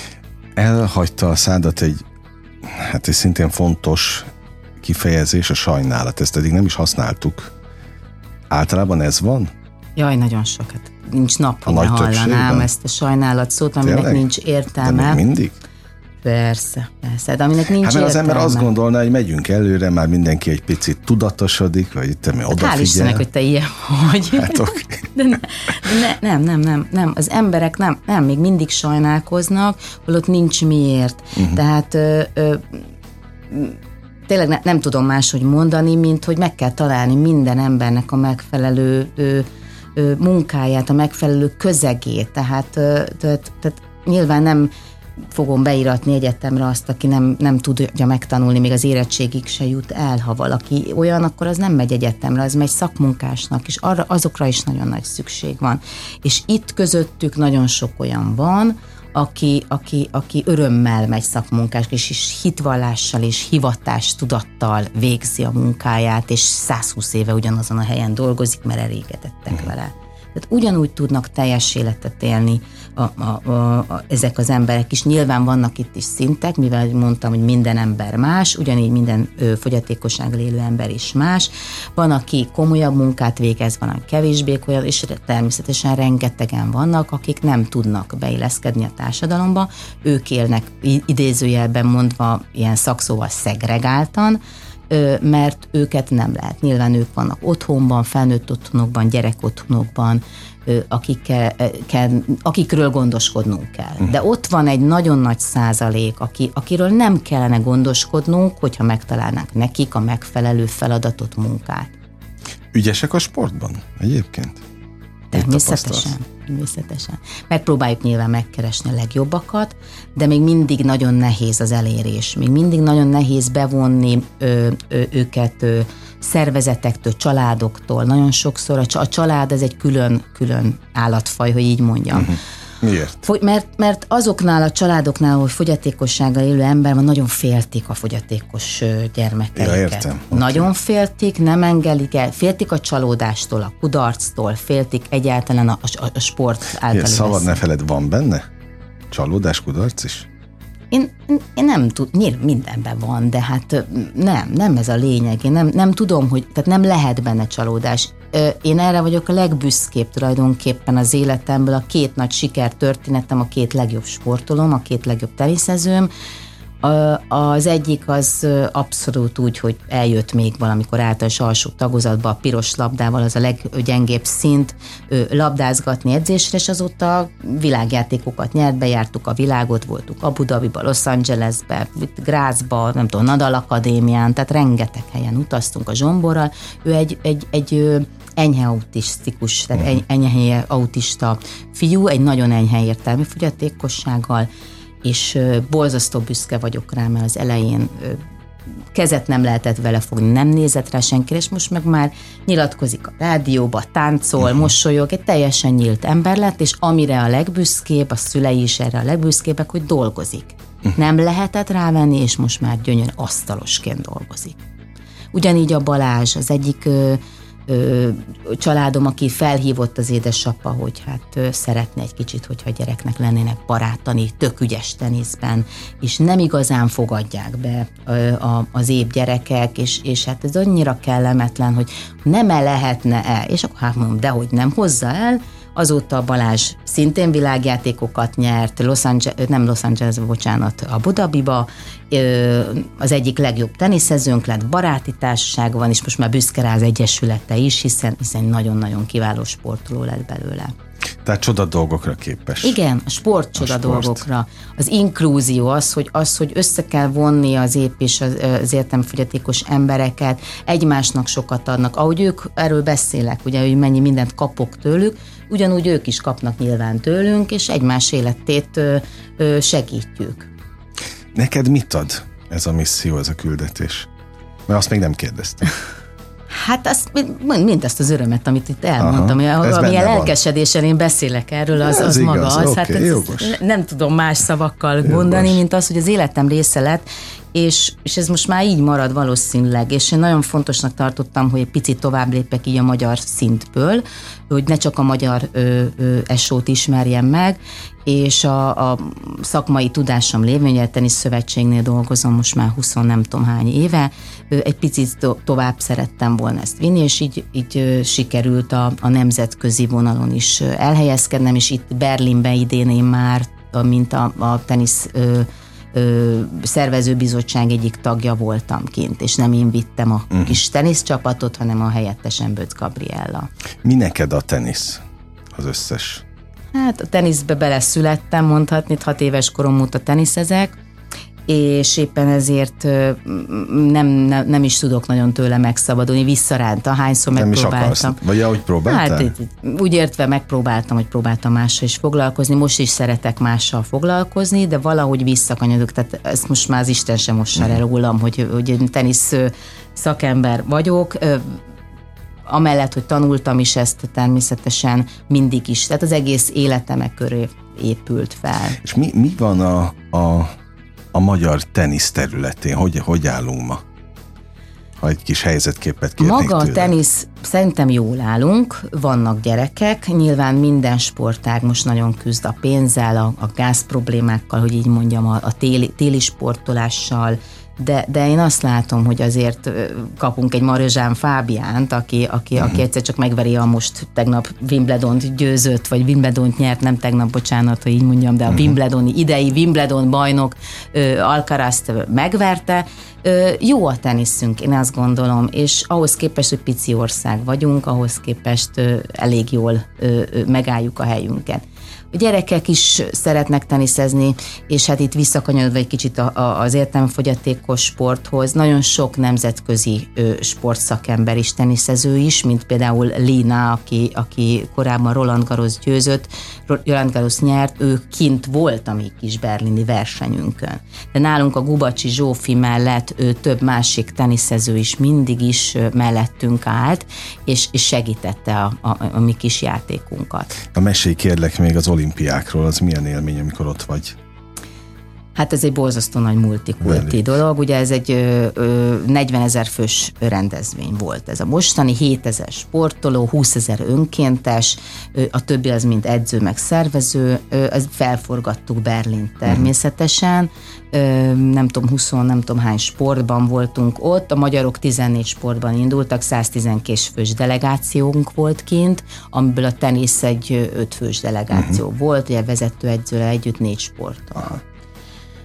Elhagyta a szádat egy, hát egy szintén fontos kifejezés, a sajnálat. Ezt eddig nem is használtuk. Általában ez van? Jaj, nagyon sokat. Nincs nap, hogy ne hallanám ezt a sajnálat szót, aminek Tényleg? Nincs értelme. De még mindig? Persze, persze, de aminek nincs hát mert értelme. Az ember azt gondolná, hogy megyünk előre, már mindenki egy picit tudatosodik, vagy itt mi odafigyel. Hál' Istennek, hogy te ilyen vagy. Hát okay. De, ne, de ne, nem, nem, nem, nem. Az emberek nem, nem, még mindig sajnálkoznak, holott nincs miért. Uh-huh. Tehát ö, ö, tényleg ne, nem tudom máshogy mondani, mint hogy meg kell találni minden embernek a megfelelő ö, ö, munkáját, a megfelelő közegét. Tehát, ö, tehát, tehát nyilván nem fogom beíratni egyetemre azt, aki nem, nem tudja megtanulni, még az érettségig se jut el, ha valaki olyan, akkor az nem megy egyetemre, az megy szakmunkásnak, és arra, azokra is nagyon nagy szükség van. És itt közöttük nagyon sok olyan van, aki, aki, aki örömmel megy szakmunkás, és, és hitvallással és hivatástudattal végzi a munkáját, és százhúsz éve ugyanazon a helyen dolgozik, mert elégedettek vele. Tehát ugyanúgy tudnak teljes életet élni a, a, a, a, ezek az emberek is. Nyilván vannak itt is szintek, mivel mondtam, hogy minden ember más, ugyanígy minden ö, fogyatékossággal élő ember is más. Van, aki komolyabb munkát végez, van, aki kevésbé olyan, és természetesen rengetegen vannak, akik nem tudnak beilleszkedni a társadalomba. Ők élnek idézőjelben mondva ilyen szakszóval szegregáltan, mert őket nem lehet. Nyilván ők vannak otthonban, felnőtt otthonokban, gyerek otthonokban, akikkel, akikről gondoskodnunk kell. De ott van egy nagyon nagy százalék, aki, akiről nem kellene gondoskodnunk, hogyha megtalálnánk nekik a megfelelő feladatot, munkát. Ügyesek a sportban egyébként? Természetesen. Természetesen. Megpróbáljuk nyilván megkeresni a legjobbakat, de még mindig nagyon nehéz az elérés. Még mindig nagyon nehéz bevonni ö, ö, őket ö, szervezetektől, családoktól. Nagyon sokszor a, a család ez egy külön, külön állatfaj, hogy így mondjam. Uh-huh. Miért? Mert, mert azoknál a családoknál, hogy fogyatékossággal élő ember van, nagyon féltik a fogyatékos gyermekeiket. Ja, értem. Nagyon okay. féltik, nem engedik el, féltik a csalódástól, a kudarctól, féltik egyáltalán a, a, a sport által. Szabad ne feled, van benne? Csalódás, kudarc is? Én, én nem tudom, mindenben van, de hát nem, nem ez a lényeg. Én nem, nem tudom, hogy, tehát nem lehet benne csalódás. Én erre vagyok a legbüszkébb tulajdonképpen az életemből, a két nagy sikertörténetem, a két legjobb sportolóm, a két legjobb teniszezőm, Az egyik az abszolút úgy, hogy eljött még valamikor általános alsó tagozatba a piros labdával, az a leggyengébb szint, labdázgatni edzésre, és azóta világjátékokat nyert, bejártuk a világot, voltunk Abu Dhabiba, Los Angelesbe, Grazba, nem tudom, Nadal Akadémián, tehát rengeteg helyen utaztunk a Zsomborral. Ő egy, egy, egy enyhe autisztikus, tehát uh-huh. enyhe autista fiú, egy nagyon enyhe értelmi fogyatékossággal, és borzasztó büszke vagyok rá, mert az elején kezet nem lehetett vele fogni, nem nézett rá senkire, és most meg már nyilatkozik a rádióba, táncol, uh-huh. mosolyog, egy teljesen nyílt ember lett, és amire a legbüszkébb, a szülei is erre a legbüszkébbek, hogy dolgozik. Uh-huh. Nem lehetett rávenni, és most már gyönyörűen asztalosként dolgozik. Ugyanígy a Balázs, az egyik ö, ö, családom, aki felhívott az édesapa, hogy hát ö, szeretne egy kicsit, hogyha a gyereknek lennének barátani, tök ügyes teniszben, és nem igazán fogadják be ö, a, az épp gyerekek, és, és hát ez annyira kellemetlen, hogy nem-e lehetne-e, és akkor hát mondom, dehogy nem, hozza el. Azóta Balázs szintén világjátékokat nyert, Los Angeles, nem Los Angeles, bocsánat, Abu Dhabiba, az egyik legjobb teniszezőnk lett, baráti társaság van, és most már büszke rá az egyesülete is, hiszen, hiszen nagyon-nagyon kiváló sportoló lett belőle. Tehát csoda dolgokra képes. Igen, a sport csoda a sport. dolgokra. Az inklúzió, az hogy, az, hogy össze kell vonni az épp és az, az értelmefogyatékos embereket, egymásnak sokat adnak. Ahogy ők, erről beszélek, ugye, hogy mennyi mindent kapok tőlük, ugyanúgy ők is kapnak nyilván tőlünk, és egymás életét ö, ö, segítjük. Neked mit ad ez a misszió, ez a küldetés? Mert azt még nem kérdeztem. Hát azt, mindezt az örömet, amit itt elmondtam, aha, amilyen lelkesedésen én beszélek erről, az, az maga az. Okay, hát ez, nem tudom más szavakkal jogos. mondani, mint az, hogy az életem része lett, és, és ez most már így marad valószínűleg, és én nagyon fontosnak tartottam, hogy egy picit tovább lépek így a magyar szintből, hogy ne csak a magyar ö, ö, esót ismerjem meg, és a, a szakmai tudásom lévén, a Tenisz Szövetségnél dolgozom most már húsz nem tudom hány éve, egy picit to- tovább szerettem volna ezt vinni, és így, így sikerült a, a nemzetközi vonalon is elhelyezkednem, és itt Berlinben idén én már, mint a, a tenisz ö, ö, szervezőbizottság egyik tagja voltam kint, és nem én vittem a uh-huh. kis teniszcsapatot, hanem a helyettesen Böcz Gabriella. Mi neked a tenisz? Az összes? Hát a teniszbe beleszülettem, mondhatni, hat éves korom óta teniszezek, és éppen ezért nem, nem, nem is tudok nagyon tőle megszabadulni, visszaránt, ahányszor nem megpróbáltam. Vagy ahogy próbáltál? Hát úgy értve megpróbáltam, hogy próbáltam mással is foglalkozni, most is szeretek mással foglalkozni, de valahogy visszakanyodok, tehát ezt most már az Isten sem mossa le rólam, hogy, hogy tenisz szakember vagyok, amellett, hogy tanultam is ezt természetesen mindig is, tehát az egész életemek köré épült fel. És mi, mi van a, a, a magyar tenisz területén? Hogy, hogy állunk ma? Ha egy kis helyzetképet kérnék Maga tőle. A tenisz, szerintem jól állunk, vannak gyerekek, nyilván minden sportág most nagyon küzd a pénzzel, a, a gáz problémákkal, hogy így mondjam, a, a téli, téli sportolással, De, de én azt látom, hogy azért kapunk egy Marozsán Fábiánt, aki, aki, mm. aki egyszer csak megveri a most tegnap Wimbledont győzött, vagy Wimbledont nyert, nem tegnap, bocsánat, hogy így mondjam, de a mm. Wimbledoni, idei Wimbledon bajnok Alcarazt megverte. Jó a teniszünk, én azt gondolom, és ahhoz képest, hogy pici ország vagyunk, ahhoz képest elég jól megálljuk a helyünket. A gyerekek is szeretnek teniszezni, és hát itt visszakanyarodva egy kicsit a, a, az értelmefogyatékos sporthoz, nagyon sok nemzetközi ö, sportszakember is, teniszező is, mint például Lina, aki, aki korábban Roland Garros győzött, Roland Garros nyert, ő kint volt a mi kis berlini versenyünkön. De nálunk a Gubacsi Zsófi mellett ő, több másik teniszező is mindig is mellettünk állt, és, és segítette a, a, a mi kis játékunkat. A mesélj kérlek még az olimpiákról, az milyen élmény, amikor ott vagy? Hát ez egy borzasztó nagy multikulti dolog, ugye ez egy ö, ö, negyvenezer fős rendezvény volt. Ez a mostani hétezer sportoló, húszezer önkéntes, ö, a többi az mind edző meg szervező, ö, ezt felforgattuk Berlint természetesen, ö, nem tudom, húsz, nem tudom hány sportban voltunk ott, a magyarok tizennégy sportban indultak, száztizenkét fős delegációnk volt kint, amiből a tenisz egy öt fős delegáció uh-huh. volt, ugye vezetőedzővel együtt négy sporttal.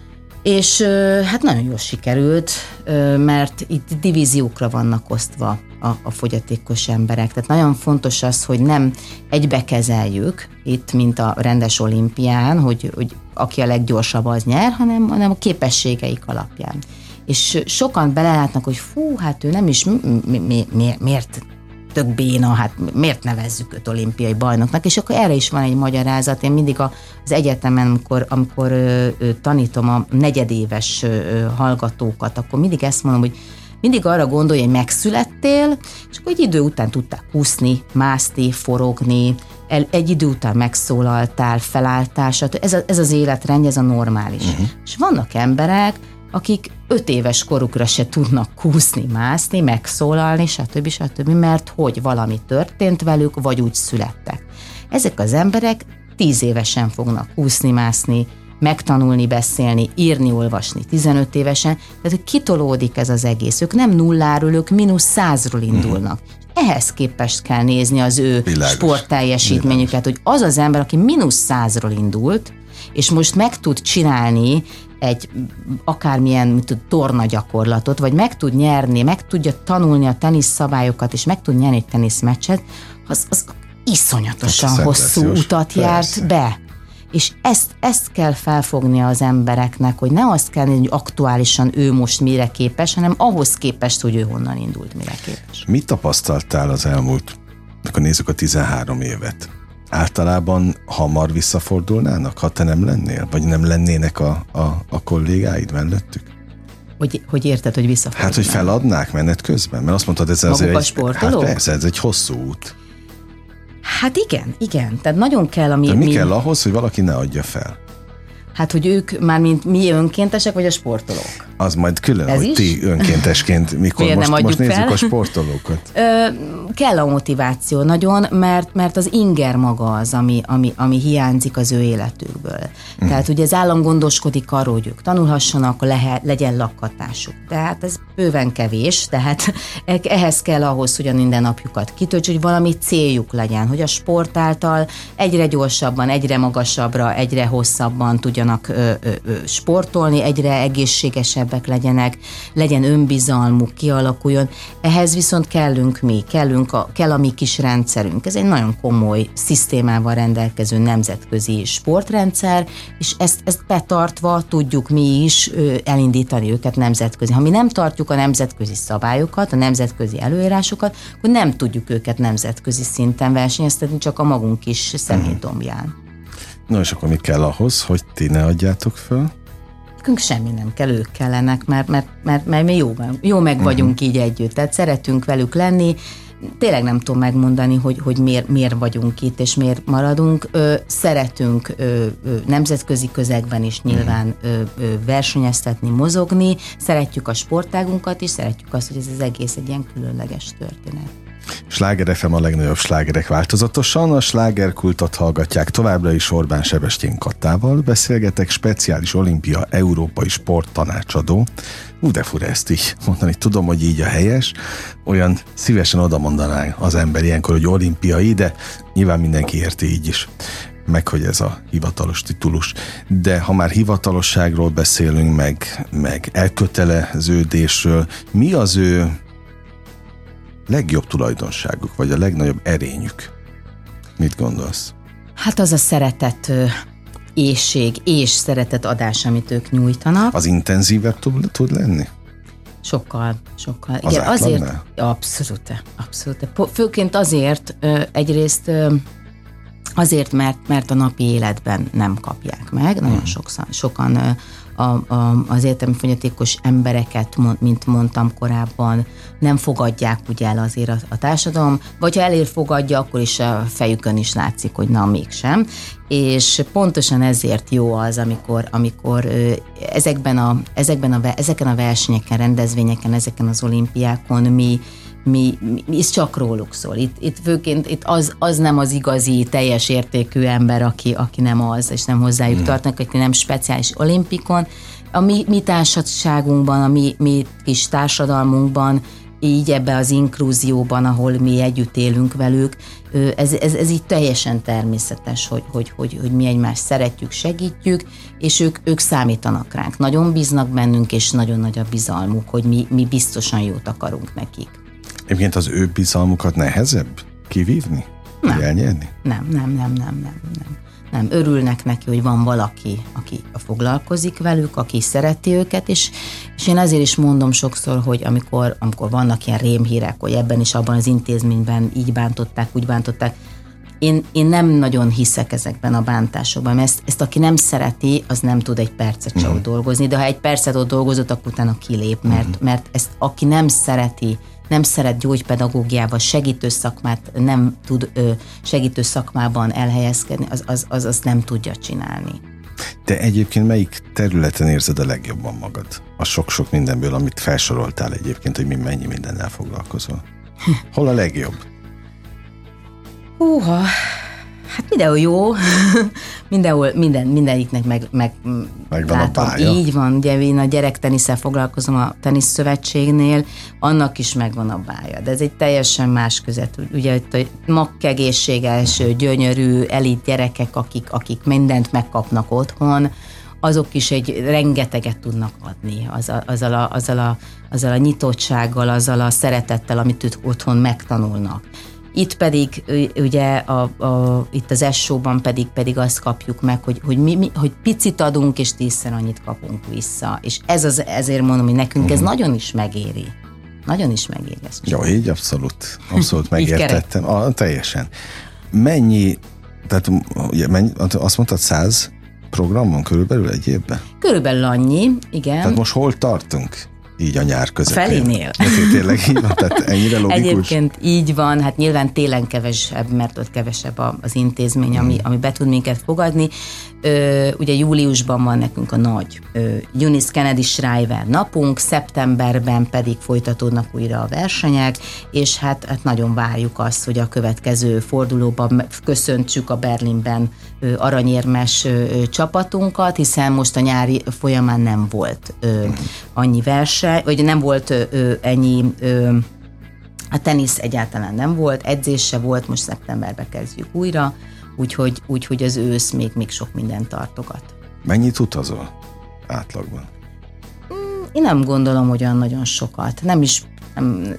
És hát nagyon jól sikerült, mert itt divíziókra vannak osztva a, a fogyatékos emberek. Tehát nagyon fontos az, hogy nem egybe kezeljük itt, mint a rendes olimpián, hogy, hogy aki a leggyorsabb az nyer, hanem, hanem a képességeik alapján. És sokan belelátnak, hogy fú, hát ő nem is, mi, mi, mi, miért tök béna, hát miért nevezzük őt olimpiai bajnoknak, és akkor erre is van egy magyarázat. Én mindig az egyetemen, amikor, amikor ö, ö, tanítom a negyedéves ö, hallgatókat, akkor mindig ezt mondom, hogy mindig arra gondolj, hogy megszülettél, és akkor egy idő után tudtál kúszni, mászni, forogni, el, egy idő után megszólaltál, felálltál, ez, a, ez az életrendje, ez a normális. Uh-huh. És vannak emberek, akik öt éves korukra se tudnak kúszni, mászni, megszólalni, stb. stb., mert hogy valami történt velük, vagy úgy születtek. Ezek az emberek tíz évesen fognak kúszni, mászni, megtanulni, beszélni, írni, olvasni tizenöt évesen, tehát hogy kitolódik ez az egész. Ők nem nulláról, ők mínusz százról indulnak. Mm. Ehhez képest kell nézni az ő sportteljesítményüket, hogy az az ember, aki mínusz százról indult, és most meg tud csinálni egy akármilyen mit tud, torna gyakorlatot, vagy meg tud nyerni, meg tudja tanulni a tenisz szabályokat, és meg tud nyerni egy teniszmeccset, az, az iszonyatosan hát hosszú utat persze. járt be. És ezt, ezt kell felfognia az embereknek, hogy ne azt kell nézni, hogy aktuálisan ő most mire képes, hanem ahhoz képest, hogy ő honnan indult, mire képes. Mit tapasztaltál az elmúlt, akkor nézzük a tizenhárom évet? Általában hamar visszafordulnának, ha te nem lennél? Vagy nem lennének a, a, a kollégáid mellettük? Hogy, hogy érted, hogy visszafordulnának? Hát, hogy feladnák menet közben? Mert azt mondtad, ez azért a sportolók? Hát persze, ez egy hosszú út. Hát igen, igen. Tehát nagyon kell, ami... De mi, mi kell ahhoz, hogy valaki ne adja fel? Hát, hogy ők már mint mi önkéntesek, vagy a sportolók? Az majd külön, Ez hogy is? ti önkéntesként, mikor most, most nézzük fel? A sportolókat. Ö, kell a motiváció nagyon, mert, mert az inger maga az, ami, ami, ami hiányzik az ő életükből. Mm. Tehát ugye az állam gondoskodik arról, hogy ők tanulhassanak, lehe, legyen lakhatásuk. Tehát ez bőven kevés, tehát ehhez kell ahhoz, hogy a mindennapjukat kitöltsük, hogy valami céljuk legyen, hogy a sport által egyre gyorsabban, egyre magasabbra, egyre hosszabban tudjanak ö, ö, ö, sportolni, egyre egészségesebbek legyenek, legyen önbizalmuk, kialakuljon. Ehhez viszont kellünk mi, kellünk a, kell a mi kis rendszerünk. Ez egy nagyon komoly szisztémával rendelkező nemzetközi sportrendszer, és ezt, ezt betartva tudjuk mi is ö, elindítani őket nemzetközi. Ha mi nem tartjuk a nemzetközi szabályokat, a nemzetközi előírásokat, akkor nem tudjuk őket nemzetközi szinten versenyeztetni, csak a magunk kis személydombján. No, és akkor mi kell ahhoz, hogy ti ne adjátok föl? Nekünk semmi nem kell, ők kellenek, mert, mert, mert, mert mi jó, jó meg vagyunk uh-huh. így együtt, tehát szeretünk velük lenni. Tényleg nem tudom megmondani, hogy, hogy miért, miért vagyunk itt, és miért maradunk. Ö, szeretünk ö, ö, nemzetközi közegben is nyilván ö, ö, versenyeztetni, mozogni, szeretjük a sportágunkat, és szeretjük azt, hogy ez az egész egy ilyen különleges történet. Sláger ef em a legnagyobb slágerek változatosan, a slágerkultot hallgatják továbbra is. Orbán Sebestyén Kattával beszélgetek, speciális olimpia európai sporttanácsadó. Ú, de fura ezt így mondani, tudom, hogy így a helyes, olyan szívesen oda mondaná az ember ilyenkor, hogy olimpiai, de nyilván mindenki érti így is, meg hogy ez a hivatalos titulus. De ha már hivatalosságról beszélünk, meg, meg elköteleződésről, mi az ő legjobb tulajdonságuk, vagy a legnagyobb erényük? Mit gondolsz? Hát az a szeretet éhség és szeretet adás, amit ők nyújtanak. Az intenzívebb tud, tud lenni? Sokkal, sokkal. Az igen, azért, abszolút, abszolút. Főként azért, egyrészt azért, mert, mert a napi életben nem kapják meg. Nagyon hmm. sokszor, sokan a, a, az értelmi fogyatékos embereket, mint mondtam korábban, nem fogadják ugye el azért a, a társadalom, vagy ha elér fogadja, akkor is a fejükön is látszik, hogy na, mégsem. És pontosan ezért jó az, amikor, amikor ezekben a, ezekben a, ezeken a versenyeken, rendezvényeken, ezeken az olimpiákon mi Mi, mi, ez csak róluk szól. Itt, itt főként itt az, az nem az igazi, teljes értékű ember, aki, aki nem az, és nem hozzájuk mm. tartnak, aki nem speciális olimpikon. A mi, mi társaságunkban, a mi, mi kis társadalmunkban így ebbe az inkluzióban, ahol mi együtt élünk velük, ez, ez, ez így teljesen természetes, hogy, hogy, hogy, hogy mi egymást szeretjük, segítjük, és ők, ők számítanak ránk. Nagyon bíznak bennünk, és nagyon nagy a bizalmuk, hogy mi, mi biztosan jót akarunk nekik. Egyébként az ő bizalmukat nehezebb kivívni? Nem. Elnyerni? Nem, nem, nem, nem, nem, nem. Nem, örülnek neki, hogy van valaki, aki foglalkozik velük, aki szereti őket, és, és én ezért is mondom sokszor, hogy amikor, amikor vannak ilyen rémhírek, hogy ebben is abban az intézményben így bántották, úgy bántották, én, én nem nagyon hiszek ezekben a bántásokban, mert ezt, ezt aki nem szereti, az nem tud egy percet se mm. ott dolgozni, de ha egy percet ott dolgozott, akkor utána kilép, mert, mm. mert ezt aki nem szereti, nem szeret gyógypedagógiával, segítő szakmát nem tud ö, segítő szakmában elhelyezkedni, az, az, az, az nem tudja csinálni. Te egyébként melyik területen érzed a legjobban magad? A sok-sok mindenből, amit felsoroltál egyébként, hogy mi mennyi mindennel foglalkozol. Hol a legjobb? Húha, hát mindenhol jó, mindenhol, minden, mindeniknek meg, meg megvan látom. A bája. Így van, ugye én a gyerektenisszel foglalkozom a teniszszövetségnél, annak is megvan a bája, de ez egy teljesen más között. Ugye itt a makkegészséges, gyönyörű, elit gyerekek, akik, akik mindent megkapnak otthon, azok is egy rengeteget tudnak adni, az a, azzal, a, azzal, a, azzal a nyitottsággal, azzal a szeretettel, amit otthon megtanulnak. Itt pedig ugye a, a, itt az S-showban pedig, pedig azt kapjuk meg, hogy, hogy, mi, mi, hogy picit adunk, és tízszer annyit kapunk vissza. És ez az, ezért mondom, hogy nekünk uh-huh. ez nagyon is megéri. Nagyon is megéri ezt. Jó, így abszolút. Abszolút megértettem. ah, teljesen. Mennyi, tehát ugye, mennyi, azt mondtad, száz program van körülbelül egy évben? Körülbelül annyi, igen. Tehát most hol tartunk? Így a nyár közepén. Felénél. Tényleg így van, tehát ennyire logikus. Egyébként így van, hát nyilván télen kevesebb, mert ott kevesebb az intézmény, ami, ami be tud minket fogadni. Ö, ugye júliusban van nekünk a nagy ö, Eunice Kennedy Shriver napunk, szeptemberben pedig folytatódnak újra a versenyek, és hát, hát nagyon várjuk azt, hogy a következő fordulóban köszöntsük a Berlinben ö, aranyérmes ö, csapatunkat, hiszen most a nyári folyamán nem volt ö, annyi verseny, vagy nem volt ö, ennyi, ö, a tenisz egyáltalán nem volt, edzés se volt, most szeptemberben kezdjük újra, úgyhogy, úgyhogy az ősz még, még sok mindent tartogat. Mennyit utazol átlagban? Én nem gondolom, hogy olyan nagyon sokat. Nem is, nem,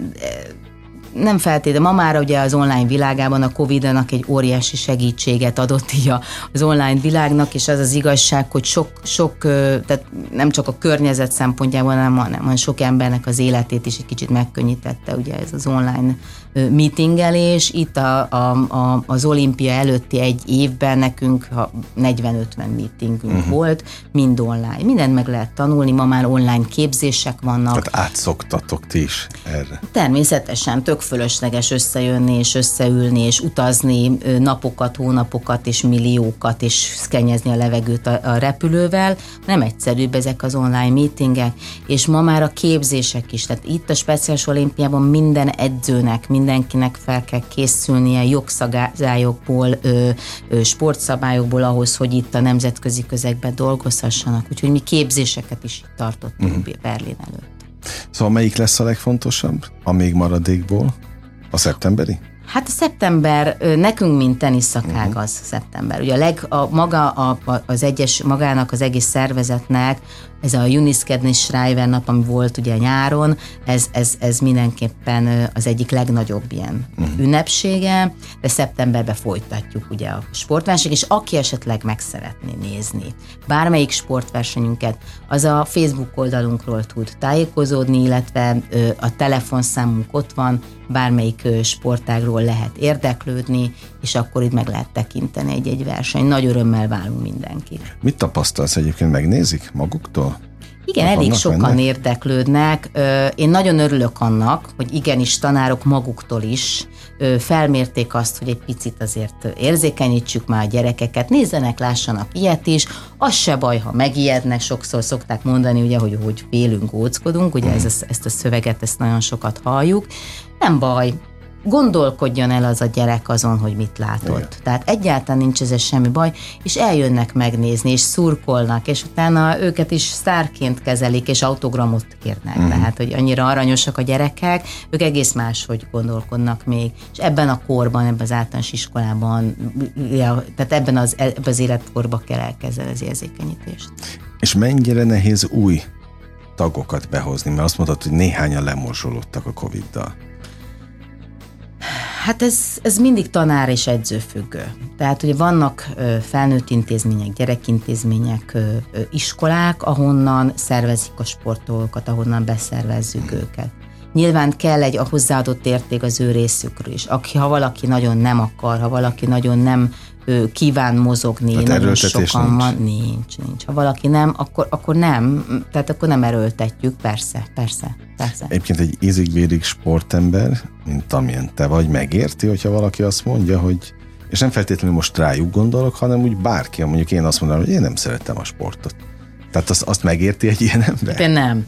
nem feltétlenül. Ma már ugye az online világában a Covid-nak egy óriási segítséget adott így az online világnak, és az az igazság, hogy sok, sok tehát nem csak a környezet szempontjából, hanem, hanem sok embernek az életét is egy kicsit megkönnyítette ugye ez az online meetingelés. Itt a, a, a, az olimpia előtti egy évben nekünk negyven-ötven meetingünk uh-huh. volt, mind online. Mindent meg lehet tanulni, ma már online képzések vannak. Tehát átszoktatok ti is erre. Természetesen, tök fölösleges összejönni és összeülni és utazni napokat, hónapokat és milliókat és szkenyezni a levegőt a, a repülővel. Nem egyszerűbb ezek az online meetingek, és ma már a képzések is. Tehát itt a speciális olimpiában minden edzőnek, mindenkinek fel kell készülnie jogszabályokból, ö, ö, sportszabályokból ahhoz, hogy itt a nemzetközi közegben dolgozhassanak. Úgyhogy mi képzéseket is itt tartottunk uh-huh. Berlin előtt. Szóval melyik lesz a legfontosabb? A még maradékból? A szeptemberi? Hát a szeptember, nekünk, mint teniszakág az uh-huh. szeptember. Ugye a leg, a, maga a, az egyes, magának az egész szervezetnek ez a Eunice Kennedy Shriver nap, ami volt ugye nyáron, ez, ez, ez mindenképpen az egyik legnagyobb ilyen uh-huh. ünnepsége, de szeptemberben folytatjuk ugye a sportverseny, és aki esetleg meg szeretné nézni bármelyik sportversenyünket, az a Facebook oldalunkról tud tájékozódni, illetve a telefonszámunk ott van, bármelyik sportágról lehet érdeklődni, és akkor itt meg lehet tekinteni egy-egy verseny. Nagy örömmel várunk mindenkit. Mit tapasztalsz egyébként, megnézik maguktól? Igen, Na, elég sokan mennek? érdeklődnek. Én nagyon örülök annak, hogy igenis tanárok maguktól is felmérték azt, hogy egy picit azért érzékenyítsük már a gyerekeket, nézzenek, lássanak ilyet is, az se baj, ha megijednek, sokszor szokták mondani, ugye, hogy, hogy félünk, góckodunk, ugye ez a, ezt a szöveget, ezt nagyon sokat halljuk. Nem baj, gondolkodjon el az a gyerek azon, hogy mit látott. Igen. Tehát egyáltalán nincs ezzel semmi baj, és eljönnek megnézni, és szurkolnak, és utána őket is sztárként kezelik, és autogramot kérnek. Uh-huh. Tehát, hogy annyira aranyosak a gyerekek, ők egész máshogy gondolkodnak még. És ebben a korban, ebben az általános iskolában, tehát ebben az, ebben az életkorban kell elkezdeni az érzékenyítést. És mennyire nehéz új tagokat behozni, mert azt mondtad, hogy néhányan lemorzsolódtak a Coviddal. Hát ez, ez mindig tanár és edző függő. Tehát ugye vannak ö, felnőtt intézmények, gyerekintézmények, ö, ö, iskolák, ahonnan szervezik a sportolókat, ahonnan beszervezzük őket. Nyilván kell egy a hozzáadott érték az ő részükről is. Aki, ha valaki nagyon nem akar, ha valaki nagyon nem ő, kíván mozogni, tehát nagyon sokan nincs. van, nincs, nincs. Ha valaki nem, akkor, akkor nem, tehát akkor nem erőltetjük, persze, persze, persze. Egyébként egy ízig-vérig sportember, mint amilyen te vagy, megérti, hogyha valaki azt mondja, hogy, és nem feltétlenül most rájuk gondolok, hanem úgy bárki, mondjuk én azt mondanám, hogy én nem szeretem a sportot. Tehát azt, azt megérti egy ilyen ember? Én nem.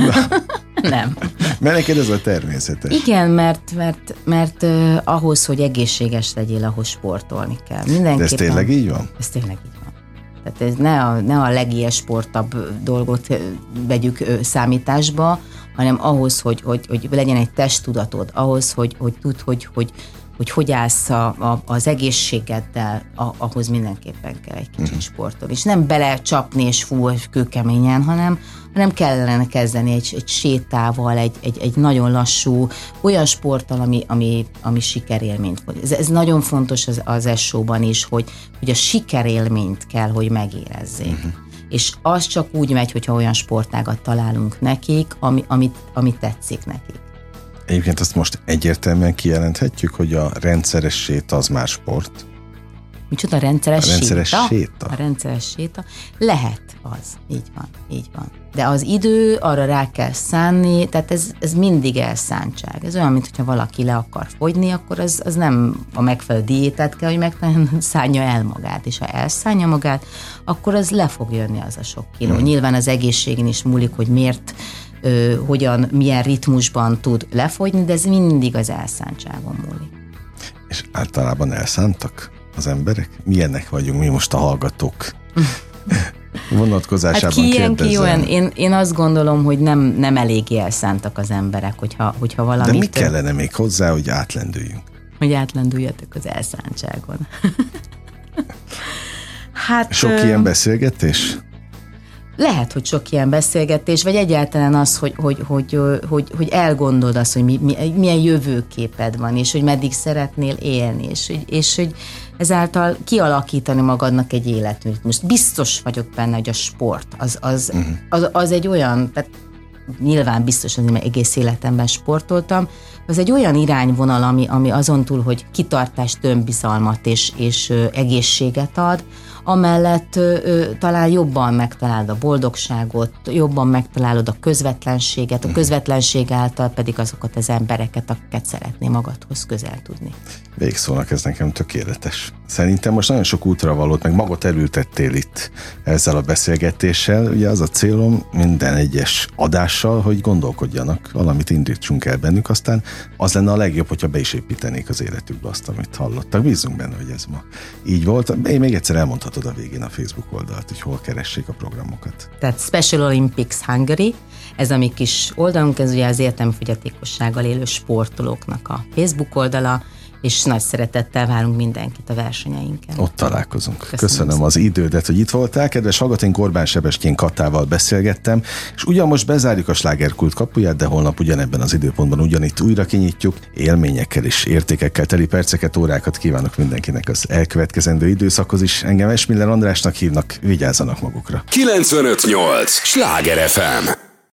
Nem. Mert neked ez a természetes. Igen, mert, mert, mert uh, ahhoz, hogy egészséges legyél, ahhoz sportolni kell. De ez tényleg így van? Ez tényleg így van. Tehát ez ne a, ne a legilyesportabb dolgot vegyük uh, számításba, hanem ahhoz, hogy, hogy, hogy legyen egy testtudatod, ahhoz, hogy, hogy tudd, hogy, hogy hogy hogy állsz a, a, az egészségeddel, a, ahhoz mindenképpen kell egy kicsit uh-huh. sportolni. És nem belecsapni és fú, kőkeményen, hanem, hanem kellene kezdeni egy, egy sétával, egy, egy, egy nagyon lassú, olyan sporttal, ami, ami, ami sikerélményt hoz. Ez, ez nagyon fontos az, az es show-ban is, hogy, hogy a sikerélményt kell, hogy megérezzék. Uh-huh. És az csak úgy megy, hogyha olyan sportágat találunk nekik, ami, amit, ami tetszik nekik. Egyébként azt most egyértelműen kijelenthetjük, hogy a rendszeres séta az már sport. Micsoda rendszeres, a rendszeres séta? séta? A rendszeres séta. Lehet az. Így van, így van. De az idő, arra rá kell szánni, tehát ez, ez mindig elszántság. Ez olyan, mintha valaki le akar fogyni, akkor az, az nem a megfelelő diétát kell, hogy megtalálni, szánja el magát. És ha elszánja magát, akkor az le fog jönni az a sok kiló. Hmm. Nyilván az egészségén is múlik, hogy miért Ö, hogyan, milyen ritmusban tud lefogyni, de ez mindig az elszántságon múlik. És általában elszántak az emberek? Milyenek vagyunk mi most a hallgatók vonatkozásában? Hát ki ilyen, ki olyan? Én, én azt gondolom, hogy nem, nem eléggé elszántak az emberek, hogyha, hogyha valamit... De mi kellene még hozzá, hogy átlendüljünk? Hogy átlendüljetek az elszántságon. Hát, Sok ö... ilyen beszélgetés? Lehet, hogy sok ilyen beszélgetés, vagy egyáltalán az, hogy, hogy, hogy, hogy, hogy elgondold azt, hogy mi, mi, milyen jövőképed van, és hogy meddig szeretnél élni, és, és hogy ezáltal kialakítani magadnak egy életműt. Most biztos vagyok benne, hogy a sport az, az, uh-huh. az, az egy olyan, tehát nyilván biztos, hogy egész életemben sportoltam, az egy olyan irányvonal, ami, ami azon túl, hogy kitartást, önbizalmat és, és ö, egészséget ad, amellett ö, ö, talán jobban megtalálod a boldogságot, jobban megtalálod a közvetlenséget, a közvetlenség által pedig azokat az embereket, akiket szeretné magadhoz közel tudni. Végszónak ez nekem tökéletes. Szerintem most nagyon sok útra valót, meg magot elültettél itt ezzel a beszélgetéssel. Ugye az a célom minden egyes adással, hogy gondolkodjanak, valamit indítsunk el bennük, aztán az lenne a legjobb, hogyha be is építenék az életükbe azt, amit hallottak. Bízunk benne, hogy ez ma így volt. Én még egyszer elmondhatod a végén a Facebook oldalt, hogy hol keressék a programokat. Tehát Special Olympics Hungary, ez a mi kis oldalunk, ez ugye az értelmi fogyatékossággal élő sportolóknak a Facebook oldala, és nagy szeretettel várunk mindenkit a versenyeinken. Ott találkozunk. Köszönöm, Köszönöm az idődet, hogy itt voltál. Kedves hallgatóink, Orbán Sebestyén Katával beszélgettem, és ugyan most bezárjuk a Slágerkult kapuját, de holnap ugyanebben az időpontban ugyanitt újra kinyitjuk. Élményekkel és értékekkel teli perceket, órákat kívánok mindenkinek az elkövetkezendő időszakhoz is. Engem Esmiller Andrásnak hívnak, vigyázzanak magukra. kilencvenöt nyolc Sláger ef em